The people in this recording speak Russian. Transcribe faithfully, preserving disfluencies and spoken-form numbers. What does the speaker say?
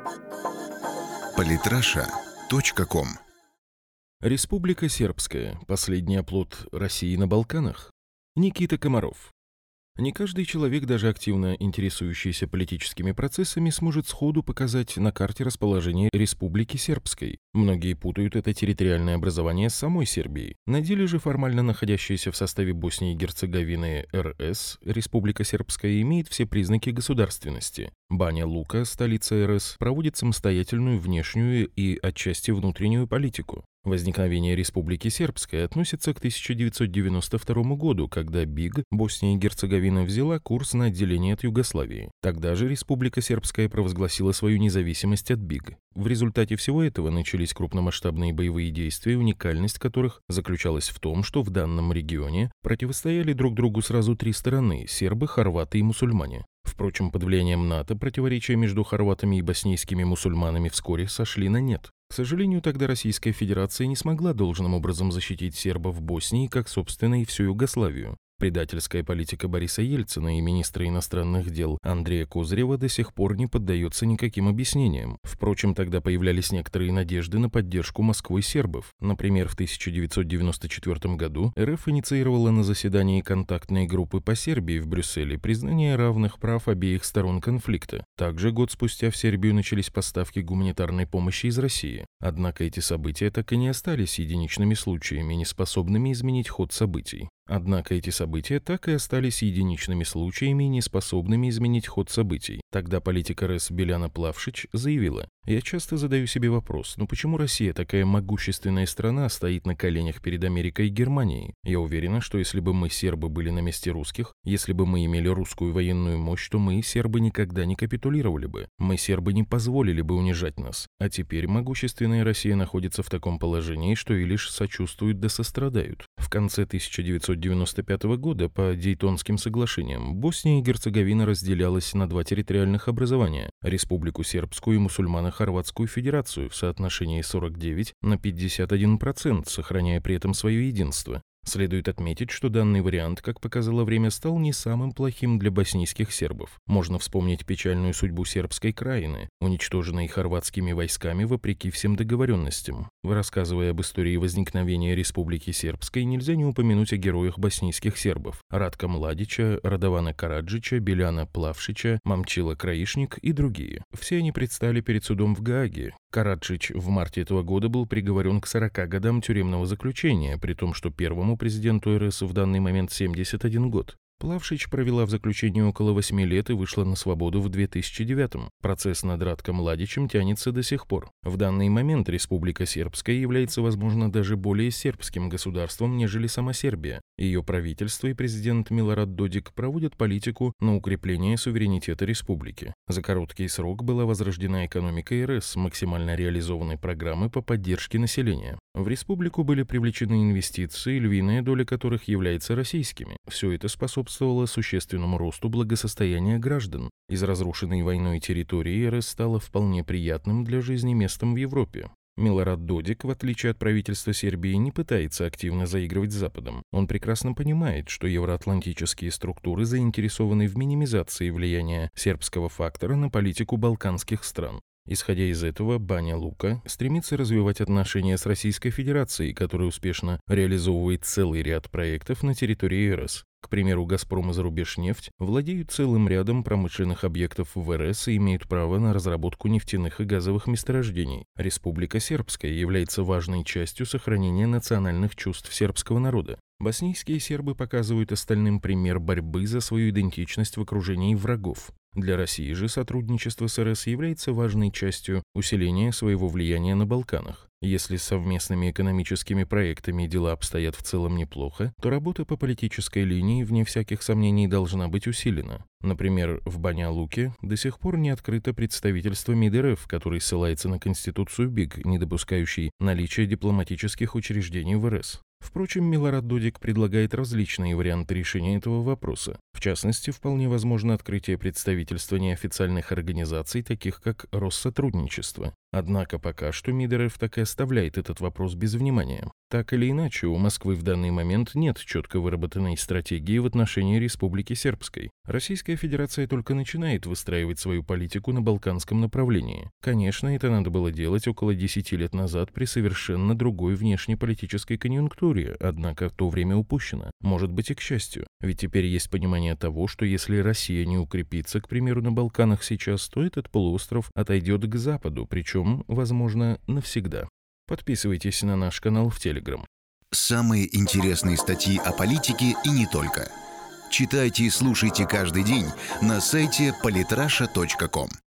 политраша точка ком. Республика Сербская – последний оплот России на Балканах? Никита Комаров. Не каждый человек, даже активно интересующийся политическими процессами, сможет сходу показать на карте расположение Республики Сербской. Многие путают это территориальное образование с самой Сербией. На деле же формально находящаяся в составе Боснии и Герцеговины РС, Республика Сербская имеет все признаки государственности. Баня Лука, столица РС, проводит самостоятельную внешнюю и отчасти внутреннюю политику. Возникновение Республики Сербская относится к тысяча девятьсот девяносто второму году, когда БиГ, Босния и Герцеговина, взяла курс на отделение от Югославии. Тогда же Республика Сербская провозгласила свою независимость от БиГ. В результате всего этого начались крупномасштабные боевые действия, уникальность которых заключалась в том, что в данном регионе противостояли друг другу сразу три стороны – сербы, хорваты и мусульмане. Впрочем, под влиянием НАТО противоречия между хорватами и боснийскими мусульманами вскоре сошли на нет. К сожалению, тогда Российская Федерация не смогла должным образом защитить сербов в Боснии, как, собственно, и всю Югославию. Предательская политика Бориса Ельцина и министра иностранных дел Андрея Козырева до сих пор не поддается никаким объяснениям. Впрочем, тогда появлялись некоторые надежды на поддержку Москвой сербов. Например, в тысяча девятьсот девяносто четвёртом году РФ инициировала на заседании контактной группы по Сербии в Брюсселе признание равных прав обеих сторон конфликта. Также год спустя в Сербию начались поставки гуманитарной помощи из России. Однако эти события так и не остались единичными случаями, не способными изменить ход событий. Однако эти события так и остались единичными случаями, не способными изменить ход событий. Тогда политик РС Биляна Плавшич заявила: «Я часто задаю себе вопрос, ну почему Россия, такая могущественная страна, стоит на коленях перед Америкой и Германией? Я уверена, что если бы мы, сербы, были на месте русских, если бы мы имели русскую военную мощь, то мы, сербы, никогда не капитулировали бы. Мы, сербы, не позволили бы унижать нас. А теперь могущественная Россия находится в таком положении, что и лишь сочувствуют да сострадают». В конце тысяча девятьсот девяносто пятого года по Дейтонским соглашениям Босния и Герцеговина разделялась на два территориальных образования – Республику Сербскую и Мусульмано-Хорватскую Федерацию в соотношении сорок девять на пятьдесят один процент, сохраняя при этом свое единство. Следует отметить, что данный вариант, как показало время, стал не самым плохим для боснийских сербов. Можно вспомнить печальную судьбу сербской краины, уничтоженной хорватскими войсками вопреки всем договоренностям. Рассказывая об истории возникновения Республики Сербской, нельзя не упомянуть о героях боснийских сербов – Радка Младича, Радована Караджича, Биляна Плавшича, Момчила Краишник и другие. Все они предстали перед судом в Гааге. Караджич в марте этого года был приговорен к сорока годам тюремного заключения, при том, что первому президенту РС в данный момент семьдесят один год. Плавшич провела в заключении около восьми лет и вышла на свободу в две тысячи девятом. Процесс над Ратком Младичем тянется до сих пор. В данный момент Республика Сербская является, возможно, даже более сербским государством, нежели сама Сербия. Ее правительство и президент Милорад Додик проводят политику на укрепление суверенитета республики. За короткий срок была возрождена экономика РС, максимально реализованы программы по поддержке населения. В республику были привлечены инвестиции, львиная доля которых является российскими. Все это способствовало существенному росту благосостояния граждан. Из разрушенной войной территории РС стало вполне приятным для жизни местом в Европе. Милорад Додик, в отличие от правительства Сербии, не пытается активно заигрывать с Западом. Он прекрасно понимает, что евроатлантические структуры заинтересованы в минимизации влияния сербского фактора на политику балканских стран. Исходя из этого, Баня Лука стремится развивать отношения с Российской Федерацией, которая успешно реализовывает целый ряд проектов на территории РС. К примеру, «Газпром» и «Зарубежнефть» владеют целым рядом промышленных объектов в РС и имеют право на разработку нефтяных и газовых месторождений. Республика Сербская является важной частью сохранения национальных чувств сербского народа. Боснийские сербы показывают остальным пример борьбы за свою идентичность в окружении врагов. Для России же сотрудничество с РС является важной частью усиления своего влияния на Балканах. Если с совместными экономическими проектами дела обстоят в целом неплохо, то работа по политической линии, вне всяких сомнений, должна быть усилена. Например, в Баня-Луке до сих пор не открыто представительство МИД РФ, который ссылается на Конституцию БиГ, не допускающей наличия дипломатических учреждений в РС. Впрочем, Милорад Додик предлагает различные варианты решения этого вопроса. В частности, вполне возможно открытие представительства неофициальных организаций, таких как Россотрудничество. Однако пока что МИД РФ так и оставляет этот вопрос без внимания. Так или иначе, у Москвы в данный момент нет четко выработанной стратегии в отношении Республики Сербской. Российская Федерация только начинает выстраивать свою политику на балканском направлении. Конечно, это надо было делать около десяти лет назад при совершенно другой внешнеполитической конъюнктуре, однако в то время упущено. Может быть и к счастью. Ведь теперь есть понимание того, что если Россия не укрепится, к примеру, на Балканах сейчас, то этот полуостров отойдет к Западу, причем, возможно, навсегда. Подписывайтесь на наш канал в Телеграм. Самые интересные статьи о политике и не только. Читайте и слушайте каждый день на сайте политраша точка ком.